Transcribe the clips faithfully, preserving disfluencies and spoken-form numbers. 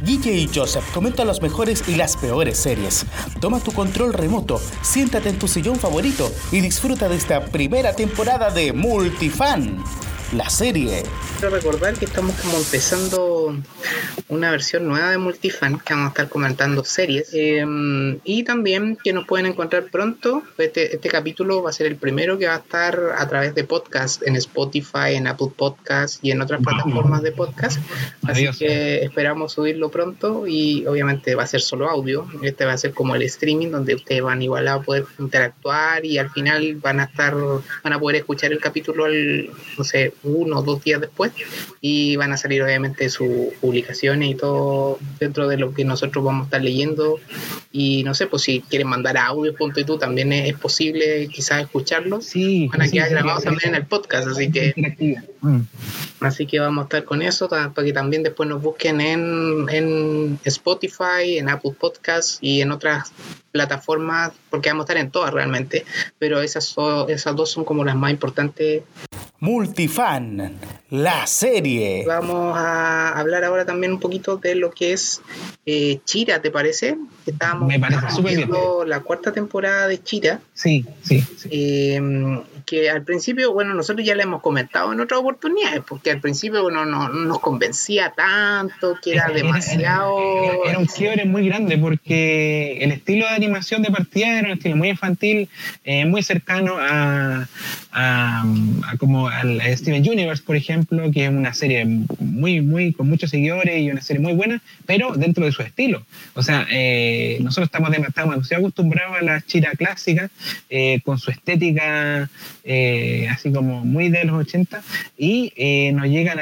Guille y Joseph comentan las mejores y las peores series. Toma tu control remoto, siéntate en tu sillón favorito y disfruta de esta primera temporada de Multifan, la serie. Quiero recordar que estamos como empezando una versión nueva de Multifan, que vamos a estar comentando series, eh, y también que nos pueden encontrar pronto. Este, este capítulo va a ser el primero que va a estar a través de podcast en Spotify, en Apple Podcast y en otras plataformas de podcast, así Adiós. que esperamos subirlo pronto, y obviamente va a ser solo audio. Este va a ser como el streaming, donde ustedes van igual a poder interactuar y al final van a estar van a poder escuchar el capítulo al, no sé, uno o dos días después, y van a salir obviamente sus publicaciones y todo dentro de lo que nosotros vamos a estar leyendo. Y no sé, pues si quieren mandar audio, ponte tú, también es, es posible quizás escucharlos. Sí, van a quedar sí, grabados sí, también sí, en el podcast, así que mm. así que vamos a estar con eso, para que también después nos busquen en, en Spotify, en Apple Podcasts y en otras plataformas, porque vamos a estar en todas realmente, pero esas, son, esas dos son como las más importantes. Multifan, la serie. Vamos a hablar ahora también un poquito de lo que es eh, Chira, ¿te parece? Estábamos Me parece súper bien. La cuarta temporada de Chira. Sí, sí. sí. Eh, que al principio, bueno, nosotros ya le hemos comentado en otras oportunidades, porque al principio, bueno, no, no nos convencía tanto, que era, era demasiado... Era, era un quiebre muy grande, porque el estilo de animación de partida era un estilo muy infantil, eh, muy cercano a, a, a como al Steven Universe, por ejemplo, que es una serie muy, muy con muchos seguidores y una serie muy buena, pero dentro de su estilo. O sea, eh, nosotros estamos, de, estamos demasiado acostumbrados a la Chira clásica, eh, con su estética eh, así como muy de los ochenta, y eh, nos llegan a,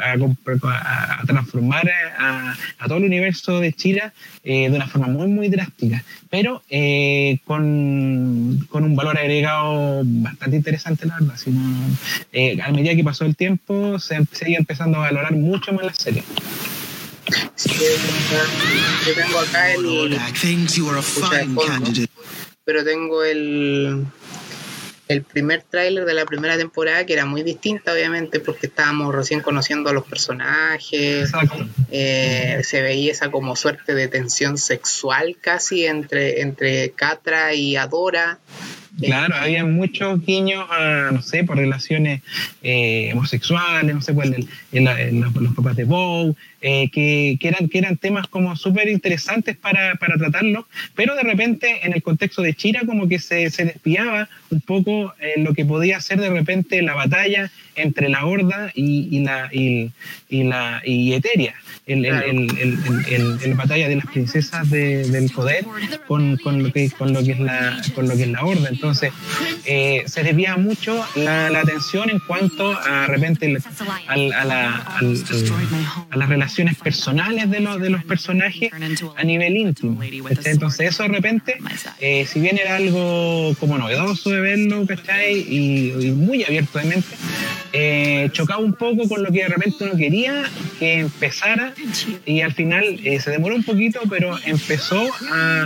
a, a transformar a, a todo el universo de Chira eh, de una forma muy, muy drástica, pero eh, con, con un valor agregado bastante interesante, la verdad. Sino, eh, a medida que pasó el tiempo, se, se iba empezando a valorar mucho más la serie. Sí, yo tengo acá el, el pero tengo el el primer tráiler de la primera temporada, que era muy distinta obviamente porque estábamos recién conociendo a los personajes. Eh, se veía esa como suerte de tensión sexual casi entre, entre Catra y Adora. Claro, había muchos guiños a, no sé, por relaciones eh, homosexuales, no sé, pues el, el, el, los, los papás de Bow, eh, que, que, eran, que eran temas como súper interesantes para, para tratarlos, pero de repente en el contexto de Chira como que se, se desviaba un poco eh, lo que podía ser de repente la batalla entre la Horda y, y la y, y la y Eteria, el, el, el, el, el, el, el batalla de las princesas de, del poder con, con lo que con lo que es la con lo que es la Horda. Entonces eh, se desvía mucho la, la atención en cuanto a de repente el, al, a, la, al, al, a las relaciones personales de los de los personajes a nivel íntimo. ¿Cachai? Entonces eso de repente, eh, si bien era algo como novedoso de verlo, ¿cachai? Y, y muy abierto de mente, Eh, chocaba un poco con lo que de repente uno quería que empezara, y al final eh, se demoró un poquito, pero empezó a,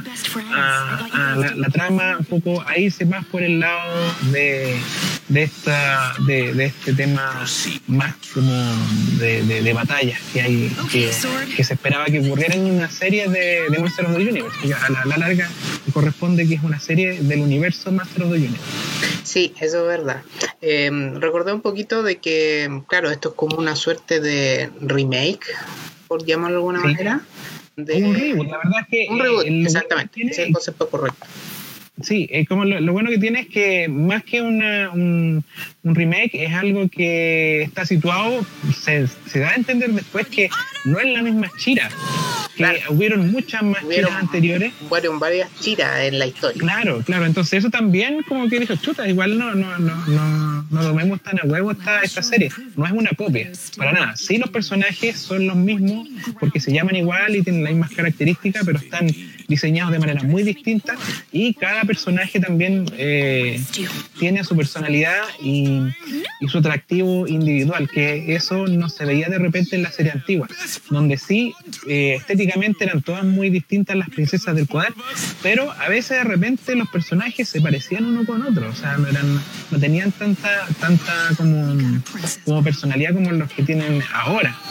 a, a la, la trama un poco a irse más por el lado de, de, esta, de, de este tema más como de, de, de batallas que hay, que, que se esperaba que ocurriera en una serie de, de Masters of the Universe, que a la, a la larga corresponde que es una serie del universo Masters of the Universe. Sí, eso es verdad. Eh, recordé un poquito de que, claro, esto es como una suerte de remake, por llamarlo de alguna sí. manera. De, un reboot, la verdad es que... Un reboot, eh, exactamente, tiene, ese es el concepto correcto. Sí, eh, como lo, lo bueno que tiene es que más que una, un, un remake, es algo que está situado, se, se da a entender después que no es la misma Chira. Que claro. hubieron muchas más hubieron, chiras anteriores. Fueron varias chiras en la historia. Claro, claro. Entonces eso también como que dijo, chuta, igual no, no, no, no, no lo vemos tan a huevo esta, esta serie. No es una copia, para nada. Sí, los personajes son los mismos porque se llaman igual y tienen las mismas características, pero están diseñados de manera muy distinta, y cada personaje también eh, tiene su personalidad y, y su atractivo individual, que eso no se veía de repente en la serie antigua, donde sí eh, estéticamente eran todas muy distintas las princesas del poder, pero a veces de repente los personajes se parecían uno con otro, o sea, no, eran, no tenían tanta tanta como, como personalidad como los que tienen ahora.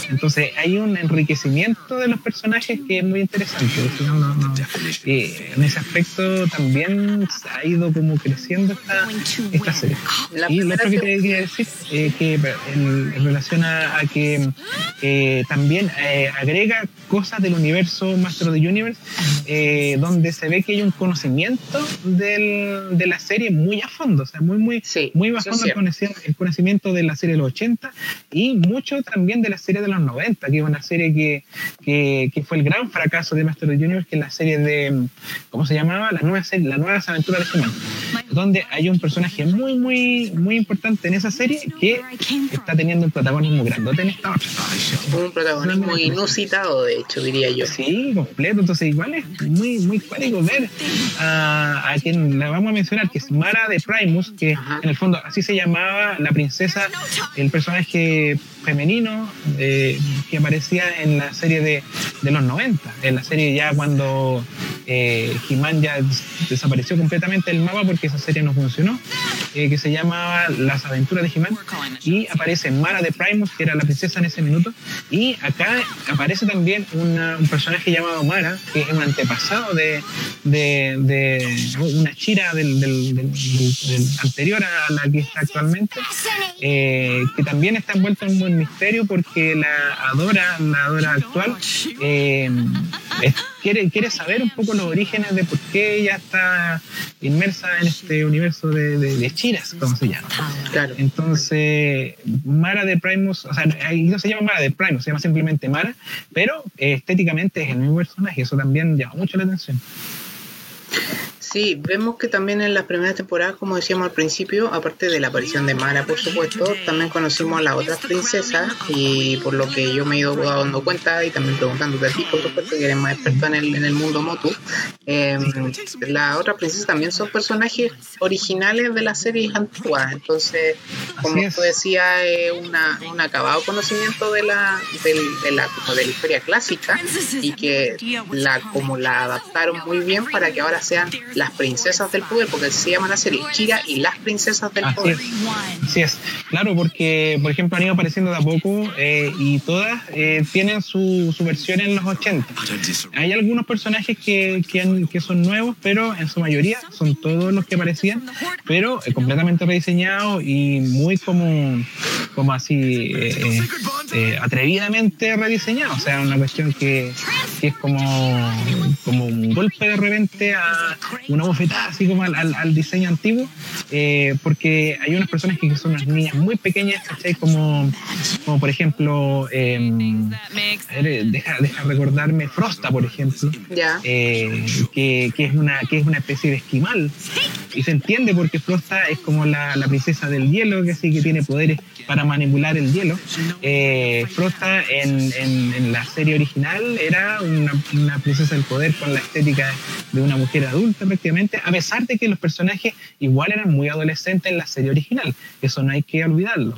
Entonces hay un enriquecimiento de los personajes que es muy interesante. No, no, no. Eh, en ese aspecto también ha ido como creciendo esta, esta serie. La y lo otro que te quería decir eh, que en, en relación a, a que eh, también eh, agrega cosas del universo Master of the Universe, eh, donde se ve que hay un conocimiento del, de la serie muy a fondo, o sea, muy muy sí, muy a fondo el conocimiento, el conocimiento de la serie de los ochenta y mucho también de la serie de los noventa, que es una serie que, que, que fue el gran fracaso de Master of the Universe, que es la serie de, ¿cómo se llamaba? Las nuevas, las nuevas aventuras de He-Man, donde hay un personaje muy muy muy importante en esa serie que está teniendo un protagonismo grandote en esta otra. Un protagonismo inusitado, de hecho, diría yo. Sí, completo. Entonces igual es muy muy cuático ver a, a quien la vamos a mencionar, que es Mara de Primus, que Ajá. en el fondo así se llamaba la princesa, el personaje femenino eh, que aparecía en la serie de, de los noventa, en la serie ya cuando eh, He-Man ya desapareció completamente del mapa porque esa serie no funcionó, eh, que se llamaba Las Aventuras de He-Man, y aparece Mara de Primus, que era la princesa en ese minuto, y acá aparece también una, un personaje llamado Mara, que es un antepasado de, de, de una Chira del, del, del, del anterior a la que está actualmente, eh, que también está envuelta en un buen misterio porque la Adora, la Adora actual, eh, es, quiere, quiere saber un poco los orígenes de por qué ella está inmersa en este universo de, de, de Chiras, como se llama. Claro. Entonces, Mara de Primus, o sea, ahí no se llama Mara de Primus, se llama simplemente Mara, pero eh, estéticamente es el mismo personaje, eso también llama mucho la atención. Sí, vemos que también en las primeras temporadas, como decíamos al principio, aparte de la aparición de Mara, por supuesto, también conocimos a las otras princesas, y por lo que yo me he ido dando cuenta y también preguntándote a ti, por supuesto, que eres más experto en el, en el mundo Motu, eh, las otras princesas también son personajes originales de las series antiguas. Entonces, como tú decías, es una, un acabado conocimiento de la, de, de, la, como de la historia clásica, y que la, como la adaptaron muy bien para que ahora sean las princesas del poder, porque se llama la serie Chira y las princesas del Así poder. Es. Así es, claro, porque por ejemplo han ido apareciendo de a poco eh, y todas eh, tienen su, su versión en los ochenta. Hay algunos personajes que, que, han, que son nuevos, pero en su mayoría son todos los que aparecían, pero eh, completamente rediseñados y muy como, como así eh, eh, atrevidamente rediseñados. O sea, una cuestión que, que es como, como un golpe de repente a una bofetada así como al, al, al diseño antiguo, eh, porque hay unas personas que son unas niñas muy pequeñas, ¿cachai? Como, como por ejemplo, eh, a ver, deja, deja recordarme Frosta, por ejemplo, yeah. eh, que, que, es una, que es una especie de esquimal, y se entiende porque Frosta es como la, la princesa del hielo, que sí que tiene poderes para manipular el hielo. Eh, Frosta en, en, en la serie original era una, una princesa del poder con la estética de una mujer adulta prácticamente, a pesar de que los personajes igual eran muy adolescentes en la serie original, eso no hay que olvidarlo.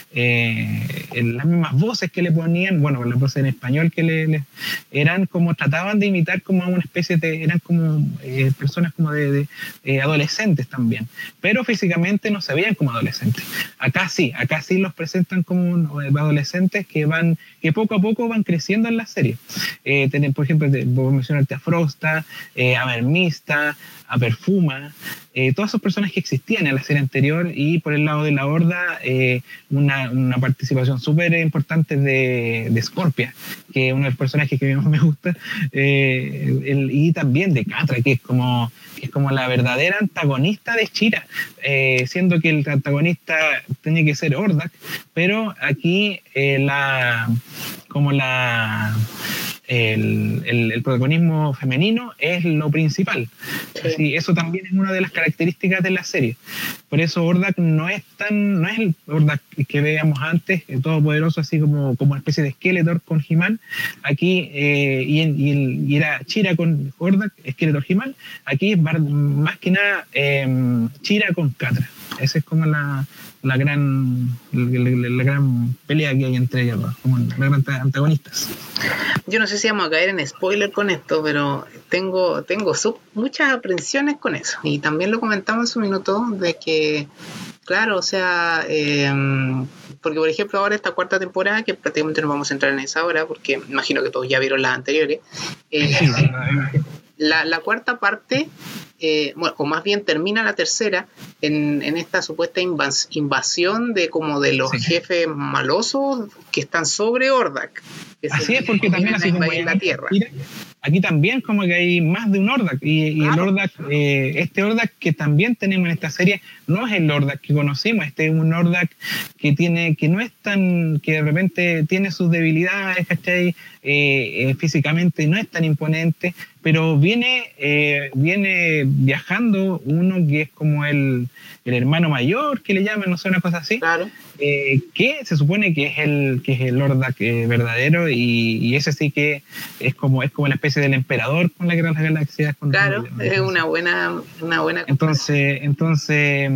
Eh, en las mismas voces que le ponían, bueno, las voces en español que le, le eran como, trataban de imitar como una especie de, eran como eh, personas como de, de eh, adolescentes también, pero físicamente no se veían como adolescentes. Acá sí, acá sí los presentan como adolescentes que van, que poco a poco van creciendo en la serie. Eh, tienen, por ejemplo, voy a mencionarte a Frosta, eh, a Vermista, a Perfuma, eh, todas esas personas que existían en la serie anterior, y por el lado de la Horda eh, una, una participación súper importante de, de Scorpia, que es uno de los personajes que más me gusta, eh, el, y también de Catra, que es como, que es como la verdadera antagonista de Chira, eh, siendo que el antagonista tenía que ser Hordak, pero aquí eh, la como la El, el, el protagonismo femenino es lo principal. Así, eso también es una de las características de la serie. Por eso Hordak no es tan, no es el Hordak que veíamos antes, todopoderoso, así como, como una especie de Skeletor con He-Man. Aquí, eh, y, y, y era Chira con Hordak, Skeletor, He-Man. Aquí es más que nada eh, Chira con Catra. Esa es como la, la gran la, la, la gran pelea que hay entre ellas, como las grandes antagonistas. Yo no sé si vamos a caer en spoiler con esto, pero tengo tengo sub, muchas aprensiones con eso, y también lo comentamos en su minuto, de que Claro, o sea, eh, porque por ejemplo ahora esta cuarta temporada, que prácticamente no vamos a entrar en esa ahora, porque imagino que todos ya vieron las anteriores, eh, la, la cuarta parte, eh, bueno, o más bien termina la tercera en, en esta supuesta invas, invasión de como de los sí. jefes malosos que están sobre Hordak. Así es, porque también así como en la tierra. Aquí también como que hay más de un Hordak y, y claro. el Hordak, eh, este Hordak que también tenemos en esta serie no es el Hordak que conocimos, este es un Hordak que tiene, que no es tan, que de repente tiene sus debilidades, ¿cachai? Eh, eh, físicamente no es tan imponente, pero viene, eh, viene viajando uno que es como el, el hermano mayor, que le llaman, no sé, una cosa así. Claro. Eh, que se supone que es el que es el Hordak eh, verdadero y, y ese sí que es como es como una especie del emperador con la Guerra de las Galaxias. Con claro, el, es una buena una buena entonces entonces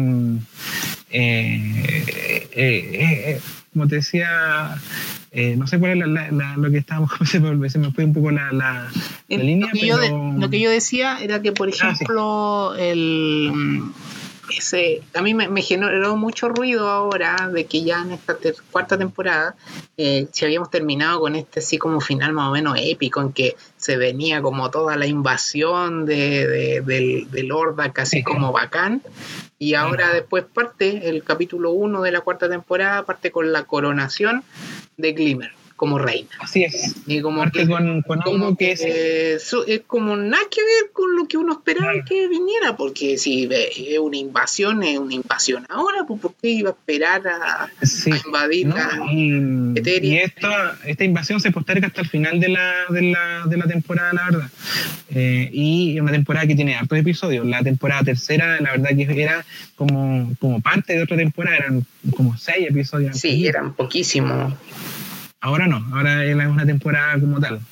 eh, eh, eh, eh, como te decía, eh, no sé cuál es la, la, la, lo que estábamos, se me, se me fue un poco la, la, la lo línea, que pero... Yo de, lo que yo decía era que, por ejemplo, ah, sí. el... Ese, a mí me, me generó mucho ruido ahora de que ya en esta ter, cuarta temporada eh, si habíamos terminado con este así como final más o menos épico en que se venía como toda la invasión de, de, del, del Hordak así sí, como bacán y ahora sí. después parte el capítulo uno de la cuarta temporada parte con la coronación de Glimmer como reina. Así es. Y como Parte que, con, con como algo que que es... Eh, so, es como nada que ver con lo que uno esperaba claro. que viniera, porque si es una invasión, es una invasión ahora, pues ¿por qué iba a esperar a, sí. a invadir no, la y, y esta, esta invasión se posterga hasta el final de la, de la, de la temporada, la verdad. Eh, y una temporada que tiene hartos episodios. La temporada tercera, la verdad que era como, como parte de otra temporada, eran como seis episodios. Sí, eran poquísimos. Ahora no, ahora es una temporada como tal.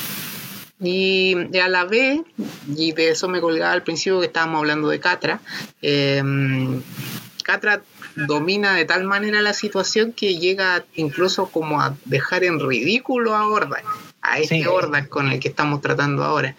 Y a la vez, y de eso me colgaba al principio que estábamos hablando de Catra, eh, Catra domina de tal manera la situación que llega incluso como a dejar en ridículo a Hordak, a este sí. Hordak con el que estamos tratando ahora.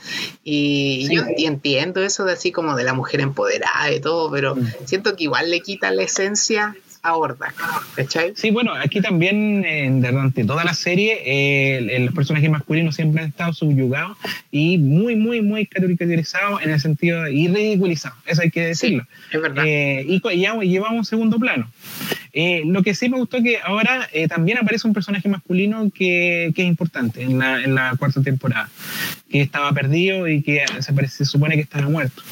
Y sí. yo entiendo eso de así como de la mujer empoderada y todo, pero sí. siento que igual le quita la esencia a Hordak, ¿cachai? Sí, bueno, aquí también eh, durante toda la serie eh, los personajes masculinos siempre han estado subyugados y muy, muy, muy caricaturizados en el sentido y ridiculizados, eso hay que decirlo. Sí, es verdad. Eh, y, y ya llevamos un segundo plano. Eh, lo que sí me gustó que ahora eh, también aparece un personaje masculino que, que es importante en la, en la cuarta temporada, que estaba perdido y que se, parece, se supone que estaba muerto.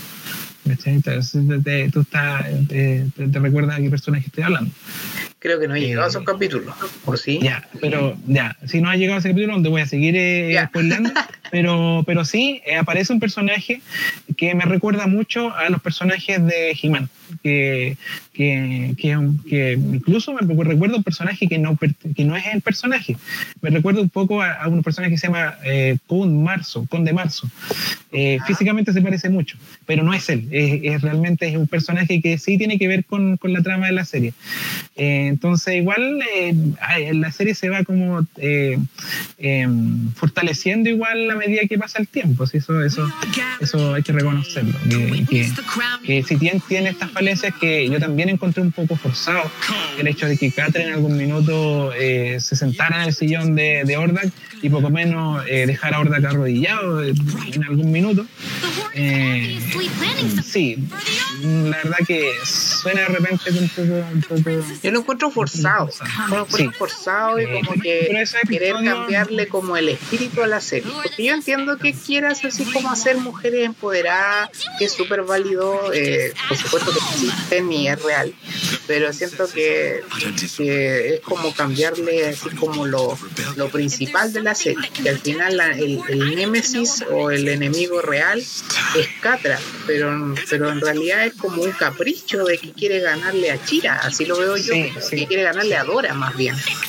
Entonces, te, tú estás, te, te, te recuerdas a qué personaje estoy hablando. Creo que no ha llegado eh, a esos capítulos, ¿o sí? Ya, pero ya, si no ha llegado a ese capítulo, donde voy a seguir eh, spoilando, pero, pero sí, eh, aparece un personaje que me recuerda mucho a los personajes de He-Man, que, que, que, que incluso me recuerda un personaje que no, que no es el personaje, me recuerda un poco a, a un personaje que se llama eh, Conde Marzo, Conde Marzo. Eh, físicamente se parece mucho, pero no es él, es, es realmente es un personaje que sí tiene que ver con, con la trama de la serie. Eh, entonces igual eh, la serie se va como eh, eh, fortaleciendo igual a medida que pasa el tiempo, ¿sí? eso, eso, eso hay que reconocerlo, que, que, que si tiene, tiene estas falencias que yo también encontré un poco forzado, el hecho de que Catra en algún minuto eh, se sentara en el sillón de, de Hordak y poco menos eh, dejar a Hordak arrodillado en algún minuto. Eh, sí, la verdad que suena de repente un poco, un poco yo lo encuentro forzado, lo encuentro sí. forzado y como que querer cambiarle como el espíritu a la serie, porque yo entiendo que quieras así como hacer mujeres empoderadas, que es súper válido, eh, por supuesto que existen y es real, pero siento que, que es como cambiarle así como lo, lo principal de la serie, que al final la, el, el némesis o el enemigo real es Catra, pero, pero en realidad es como un capricho de que quiere ganarle a Chira, así lo veo yo, sí, sí. que quiere ganarle a Dora más bien.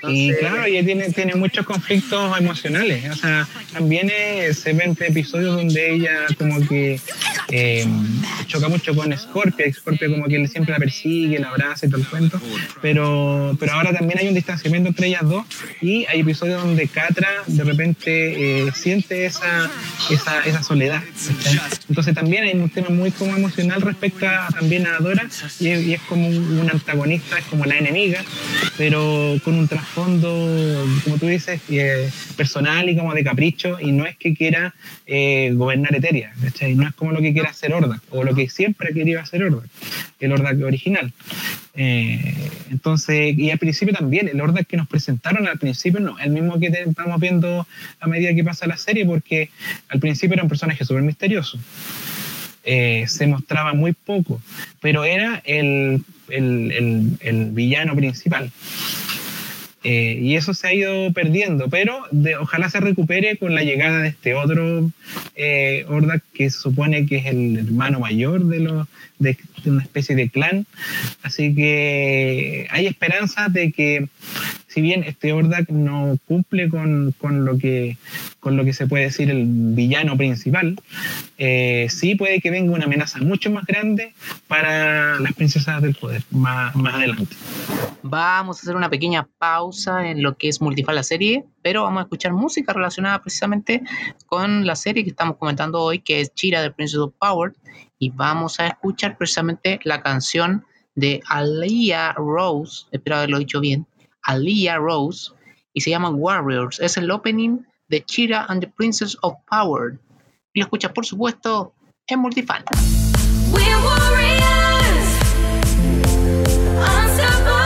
Entonces, y claro, ella tiene, tiene muchos conflictos emocionales. O sea, también eh, se ven episodios donde ella como que eh, choca mucho con Scorpia. Scorpia como que siempre la persigue, la abraza y todo el cuento. Pero, pero ahora también hay un distanciamiento entre ellas dos y hay episodios donde Catra de repente eh, siente esa, esa, esa soledad. ¿Está? Entonces también hay un tema muy como emocional respecto a, también a Dora y, y es como un, un antagonista, es como la enemiga, pero con un trasfondo, como tú dices, eh, personal y como de capricho, y no es que quiera eh, gobernar Eteria, ¿cachai? No es como lo que quiera hacer Hordak, o lo que siempre ha querido hacer Hordak, el Hordak original. Eh, entonces, y al principio también, el Hordak que nos presentaron al principio no, el mismo que te, estamos viendo a medida que pasa la serie, porque al principio era un personaje súper misterioso. Eh, se mostraba muy poco, pero era el, el, el, el villano principal. Eh, y eso se ha ido perdiendo, pero de, ojalá se recupere con la llegada de este otro eh, Hordak que se supone que es el hermano mayor de, los, de, de una especie de clan. Así que hay esperanzas de que, si bien este Hordak no cumple con, con, lo que, con lo que se puede decir el villano principal, eh, sí puede que venga una amenaza mucho más grande para las princesas del poder más, más adelante. Vamos a hacer una pequeña pausa en lo que es Multifan la serie, pero vamos a escuchar música relacionada precisamente con la serie que estamos comentando hoy, que es She-Ra de Princess of Power, y vamos a escuchar precisamente la canción de Aliyah Rose, espero haberlo dicho bien, Aliyah Rose, y se llama Warriors. Es el opening de She-Ra and the Princess of Power, y lo escuchas por supuesto en Multifan. We're warriors, unstoppable.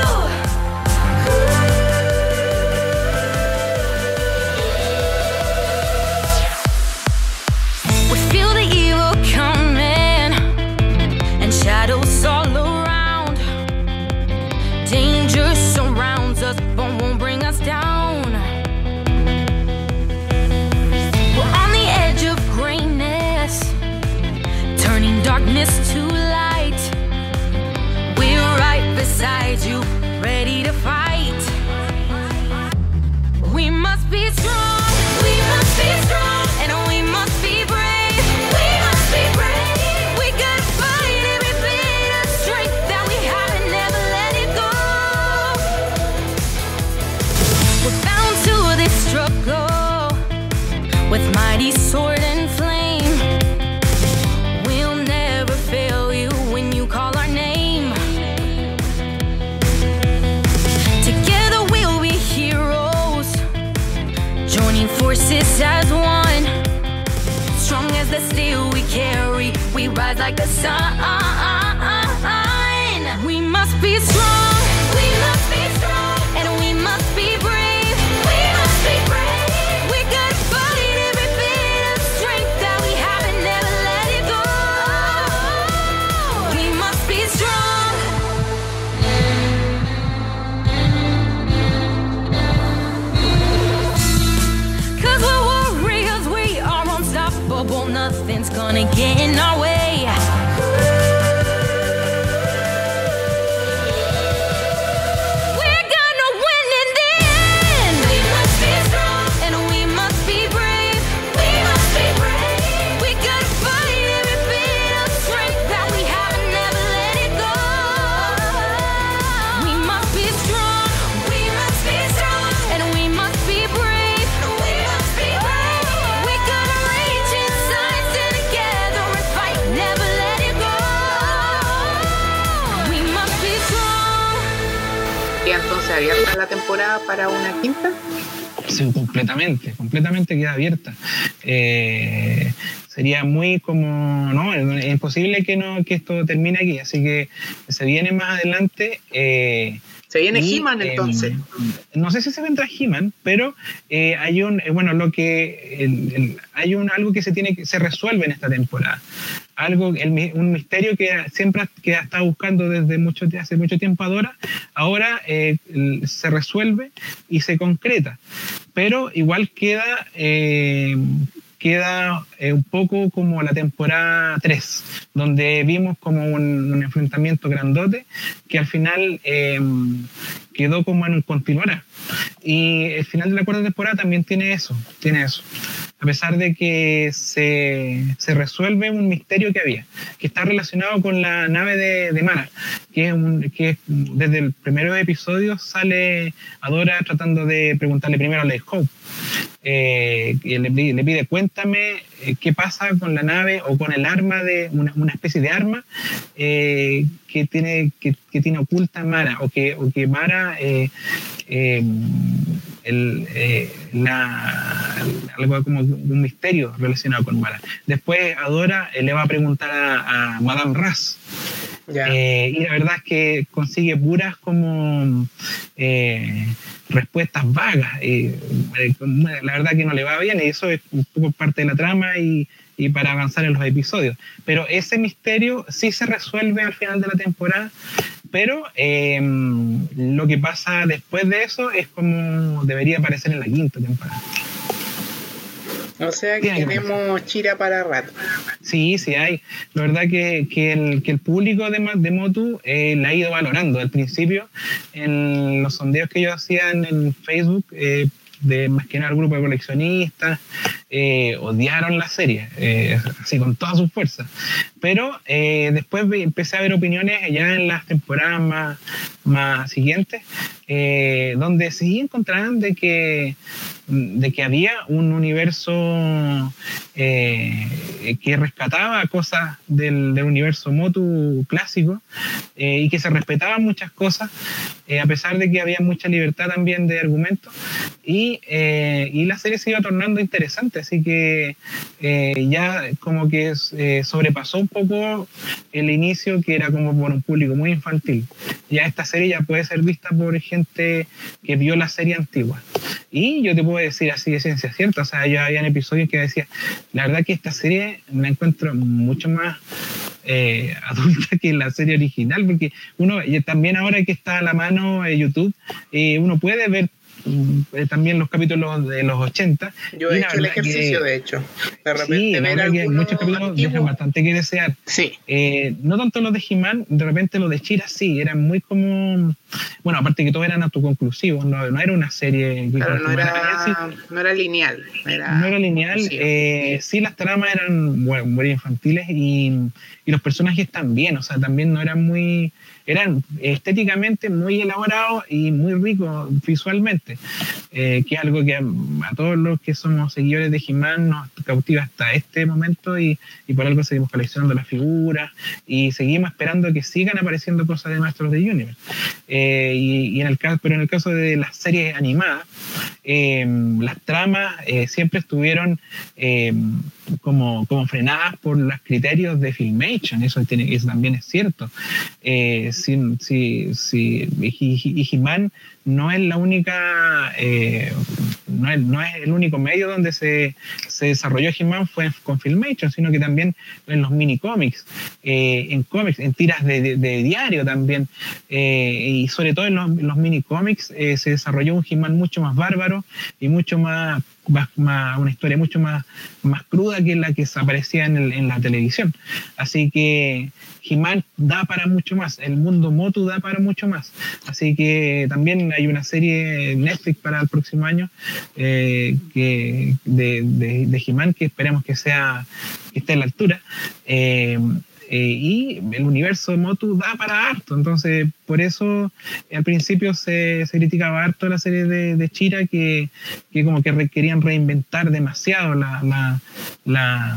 We feel the evil coming and shadows all around. Danger surrounds us but won't bring us down. We're on the edge of greatness, turning darkness to light. We're right beside you, ready to fight. We must be strong, we must be strong, and we must be brave. We must be brave. We gotta fight every bit of strength that we have and never let it go. We're bound to this struggle with mighty sword and flame. We'll never fail you when you call our name. Together we'll be heroes, joining forces as one. Strong as the steel we carry, we rise like the sun. We must be strong, we must be strong, and we must be brave. We must be brave. We gotta fight every bit of strength that we have and never let it go. We must be strong. Cause we're warriors, we are unstoppable. Nothing's gonna get in our way. We're gonna win in the end. We must be strong and we must be brave. We must be brave. We gotta fight every bit of strength that we have and never let it go. We must be strong. We must be strong and we must be brave. We must be brave. We gotta reach inside, stand together and fight, never let it go. We must be strong. ¿Y entonces abierta la temporada para una quinta? Sí, completamente, completamente queda abierta. Eh, sería muy como, no, es imposible que no que esto termine aquí, así que se viene más adelante. Eh, Se viene y, He-Man eh, entonces. no sé si se vendrá He-Man, pero eh, hay un, eh, bueno, lo que el, el, hay un algo que se tiene que se resuelve en esta temporada. Algo, el, un misterio que siempre que ha estado buscando desde mucho, hace mucho tiempo Dora, ahora eh, se resuelve y se concreta. Pero igual queda, eh, queda eh, un poco como la temporada tres, donde vimos como un, un enfrentamiento grandote que al final eh, quedó como en un continuará. Y el final de la cuarta temporada también tiene eso, tiene eso. A pesar de que se, se resuelve un misterio que había, que está relacionado con la nave de, de Mara, que, es un, que desde el primer episodio sale Adora tratando de preguntarle primero a Lady Hope. Eh, le, le pide, cuéntame eh, qué pasa con la nave o con el arma, de una, una especie de arma eh, que, tiene, que, que tiene oculta Mara, o que, o que Mara... Eh, eh, El, eh, la, algo como un misterio relacionado con Mara. Después Adora eh, le va a preguntar a, a Madame Raz. Yeah. Eh, y la verdad es que consigue puras como eh, respuestas vagas. Eh, la verdad que no le va bien, y eso es un poco parte de la trama y, y para avanzar en los episodios. Pero ese misterio sí se resuelve al final de la temporada. Pero eh, lo que pasa después de eso es como debería aparecer en la quinta temporada. O sea que tenemos Chira para rato. Sí, sí hay. La verdad que, que, el, que el público de, de Motu eh, la ha ido valorando. Al principio, en los sondeos que ellos hacían en Facebook, eh, de más que nada el grupo de coleccionistas, eh, odiaron la serie, eh, así con todas sus fuerzas. Pero eh, después empecé a ver opiniones ya en las temporadas más, más siguientes, eh, donde sí encontraban de que, de que había un universo eh, que rescataba cosas del, del universo Motu clásico, eh, y que se respetaban muchas cosas, eh, a pesar de que había mucha libertad también de argumentos, y, eh, y la serie se iba tornando interesante, así que eh, ya como que eh, sobrepasó un poco el inicio, que era como por un público muy infantil. Ya esta serie ya puede ser vista por gente que vio la serie antigua. Y yo te puedo decir así de ciencia cierta, o sea, ya habían episodios que decía, la verdad que esta serie la encuentro mucho más eh, adulta que la serie original, porque uno también, ahora que está a la mano eh, YouTube, eh, uno puede ver eh, también los capítulos de los ochenta. Yo he hecho el ejercicio, que, de hecho. De repente sí, ver que muchos capítulos dejan bastante que desear. Sí. Eh, no tanto los de He-Man, de repente los de She-Ra sí, eran muy como... Bueno, aparte que todos eran autoconclusivos, no, no era una serie... Claro, no era, era no era lineal. Era, no era lineal, sí, eh, sí, las tramas eran bueno, muy infantiles y, y los personajes también, o sea, también no eran muy... eran estéticamente muy elaborados y muy ricos visualmente, eh, que es algo que a, a todos los que somos seguidores de He-Man nos cautiva hasta este momento, y, y por algo seguimos coleccionando las figuras y seguimos esperando que sigan apareciendo cosas de Masters of the Universe. Eh, y, y en el caso, pero en el caso de las series animadas, eh, las tramas eh, siempre estuvieron eh, como, como frenadas por los criterios de Filmation, eso, tiene, eso también es cierto. Eh, si, si, si, y He-Man no es la única, eh, no, es, no es el único medio donde se, se desarrolló He-Man fue con Filmation, sino que también en los mini cómics, eh, en cómics, en tiras de, de, de diario también, eh, y sobre todo en los, en los mini cómics eh, se desarrolló un He-Man mucho más bárbaro y mucho más, más, más una historia mucho más, más cruda que la que aparecía en, el, en la televisión. Así que He-Man da para mucho más, el mundo Motu da para mucho más. Así que también hay una serie Netflix para el próximo año eh, que de, de, de He-Man, que esperemos que sea, que esté a la altura. Eh, Eh, y el universo Motu da para harto, entonces por eso al principio se, se criticaba harto la serie de, de She-Ra, que, que como que querían reinventar demasiado la, la, la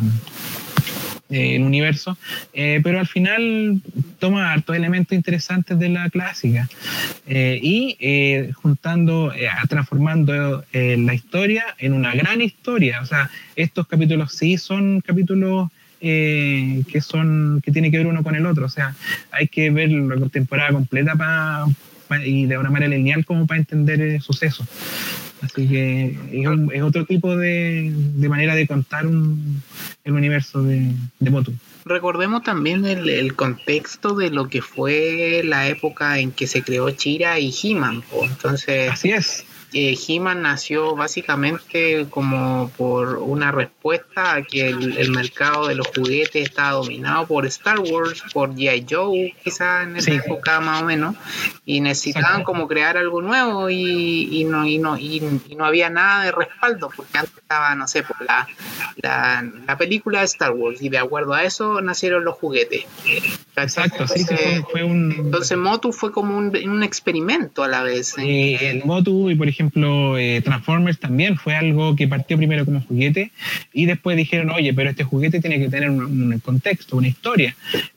eh, el universo, eh, pero al final toma hartos elementos interesantes de la clásica, eh, y eh, juntando, eh, transformando eh, la historia en una gran historia. O sea, estos capítulos sí son capítulos Eh, que son que tiene que ver uno con el otro, o sea, hay que ver la temporada completa pa, pa, y de una manera lineal como para entender el suceso. Así que es, un, es otro tipo de, de manera de contar un, el universo de, de Motu. Recordemos también el, el contexto de lo que fue la época en que se creó She-Ra y He-Man, entonces así es. eh, He-Man nació básicamente como por una respuesta a que el, el mercado de los juguetes estaba dominado por Star Wars, por G I. Joe, quizás en esa Sí. época más o menos, y necesitaban Exacto. como crear algo nuevo y, y no y no y, y no había nada de respaldo, porque antes estaba, no sé, por la, la, la película de Star Wars, y de acuerdo a eso nacieron los juguetes. Exacto, sí, sí, Entonces, fue, fue un... entonces Motu fue como un, un experimento a la vez. ¿eh? Eh, el Motu y por ejemplo eh, Transformers también fue algo que partió primero como juguete y después dijeron, oye, pero este juguete tiene que tener un, un contexto, una historia,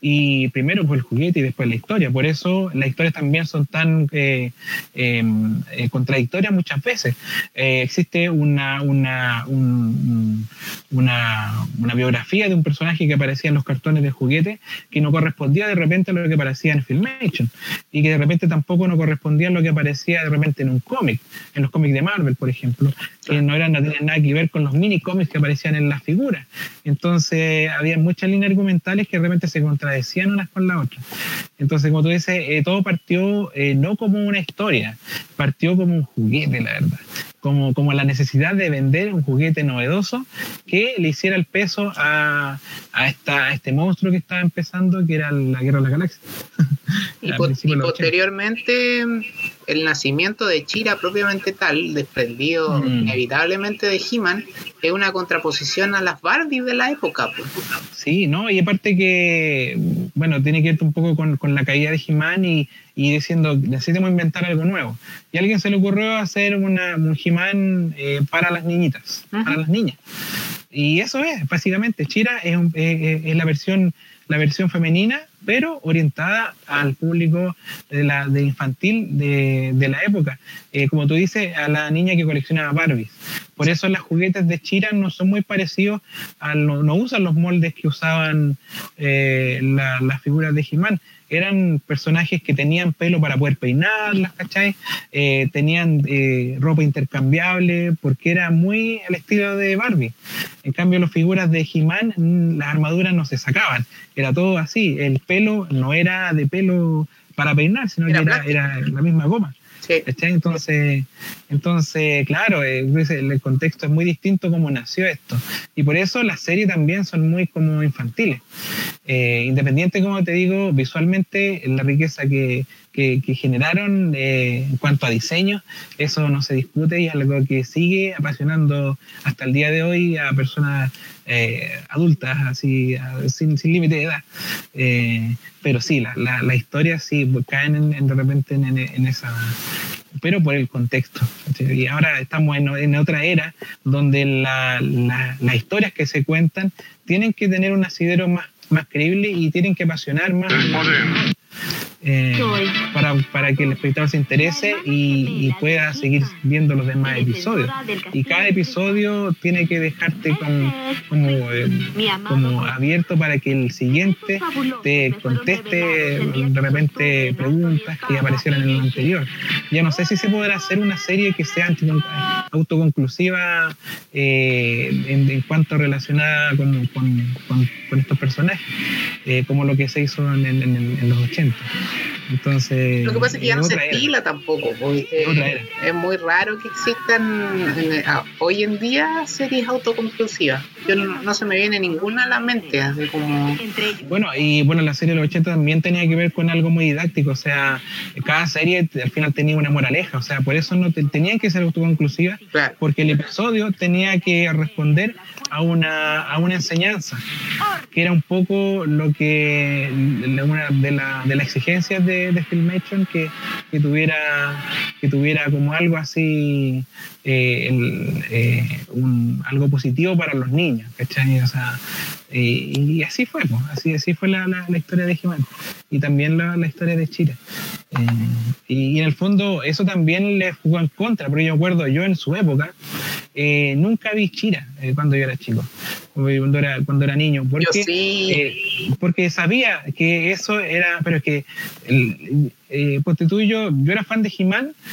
y primero fue el juguete y después la historia. Por eso las historias también son tan eh, eh, eh, contradictorias muchas veces. Eh, existe una, una, un, una, una biografía de un personaje que aparecía en los cartones de juguete que no correspondía de repente a lo que aparecía en Filmation, y que de repente tampoco no correspondía a lo que aparecía de repente en un cómic, en los cómics de Marvel, por ejemplo, que no eran no tenían nada que ver con los mini cómics que aparecían en las figuras. Entonces había muchas líneas argumentales que de repente se contradecían unas con las otras. Entonces, como tú dices, eh, todo partió eh, no como una historia, partió como un juguete, la verdad. Como, como la necesidad de vender un juguete novedoso que le hiciera el peso a, a, esta, a este monstruo que estaba empezando, que era la Guerra de las Galaxias. Y, A po- principios y de los ochenta. posteriormente el nacimiento de Chira propiamente tal, desprendido Mm. inevitablemente de He-Man, es una contraposición a las Barbie de la época. pues. Sí, ¿no? Y aparte que, bueno, tiene que ver un poco con, con la caída de He-Man y, y diciendo, necesitamos inventar algo nuevo. Y a alguien se le ocurrió hacer una, un He-Man eh, para las niñitas, Ujú. para las niñas. Y eso es, básicamente, Chira es, un- es, es la versión la versión femenina, pero orientada al público de la de infantil de, de la época. Eh, como tú dices, a la niña que coleccionaba Barbies. Por eso los juguetes de Chira no son muy parecidos, a lo- no usan los moldes que usaban eh, la- las figuras de He-Man. Eran personajes que tenían pelo para poder peinarlas, ¿cachai? Eh, tenían eh, ropa intercambiable, porque era muy al estilo de Barbie. En cambio, las figuras de He-Man, mm, las armaduras no se sacaban. Era todo así. El pelo no era de pelo para peinar, sino Era que era, plástico. era la misma goma. Sí. ¿Cachai? Entonces, entonces claro, eh, el contexto es muy distinto como nació esto. Y por eso las series también son muy como infantiles. Eh, independiente, como te digo, visualmente, la riqueza que, que, que generaron eh, en cuanto a diseño, eso no se discute y es algo que sigue apasionando hasta el día de hoy a personas eh, adultas, así, a- sin, sin límite de edad. Eh, pero sí, la, la, la historia sí caen en, en de repente en, en, en esa... pero por el contexto. ¿Cachai? Y ahora estamos en, en otra era donde la, la, las historias que se cuentan tienen que tener un asidero más, más creíble y tienen que apasionar más. Eh, para, para que el espectador se interese y, y pueda seguir viendo los demás episodios. Y cada episodio tiene que dejarte con- como, eh, como abierto para que el siguiente te conteste de repente preguntas que aparecieron en el anterior. Ya no sé si se podrá hacer una serie que sea anti- autoconclusiva eh, en, en cuanto relacionada con, con, con- con estos personajes, eh, como lo que se hizo en, en- en el- en los ochenta. Entonces, Lo que pasa es que ya no se otra era. estila tampoco. Porque, eh, Otra era. es muy raro que existan eh, ah, hoy en día series autoconclusivas. Yo no, no se me viene ninguna a la mente, así como... Bueno, y bueno, la serie de los ochenta también tenía que ver con algo muy didáctico, o sea, cada serie al final tenía una moraleja, o sea, por eso no te- tenían que ser autoconclusivas, Claro. porque el episodio tenía que responder a una, a una enseñanza, que era un poco lo que, la- una de, la, de las exigencias de, de Filmation, que, que, tuviera, que tuviera como algo así, eh, el, eh, un, algo positivo para los niños, ¿cachai? O sea, eh, y así fue, pues, así, así fue la, la, la historia de He-Man y también la, la historia de Chira. Eh, y, y en el fondo eso también le jugó en contra, porque yo me acuerdo, yo en su época eh, nunca vi Chira eh, cuando yo era chico, cuando era, cuando era niño, porque, Yo sí. eh, porque sabía que eso era, pero es que, el, eh, ponte tú y yo, yo era fan de He-Man,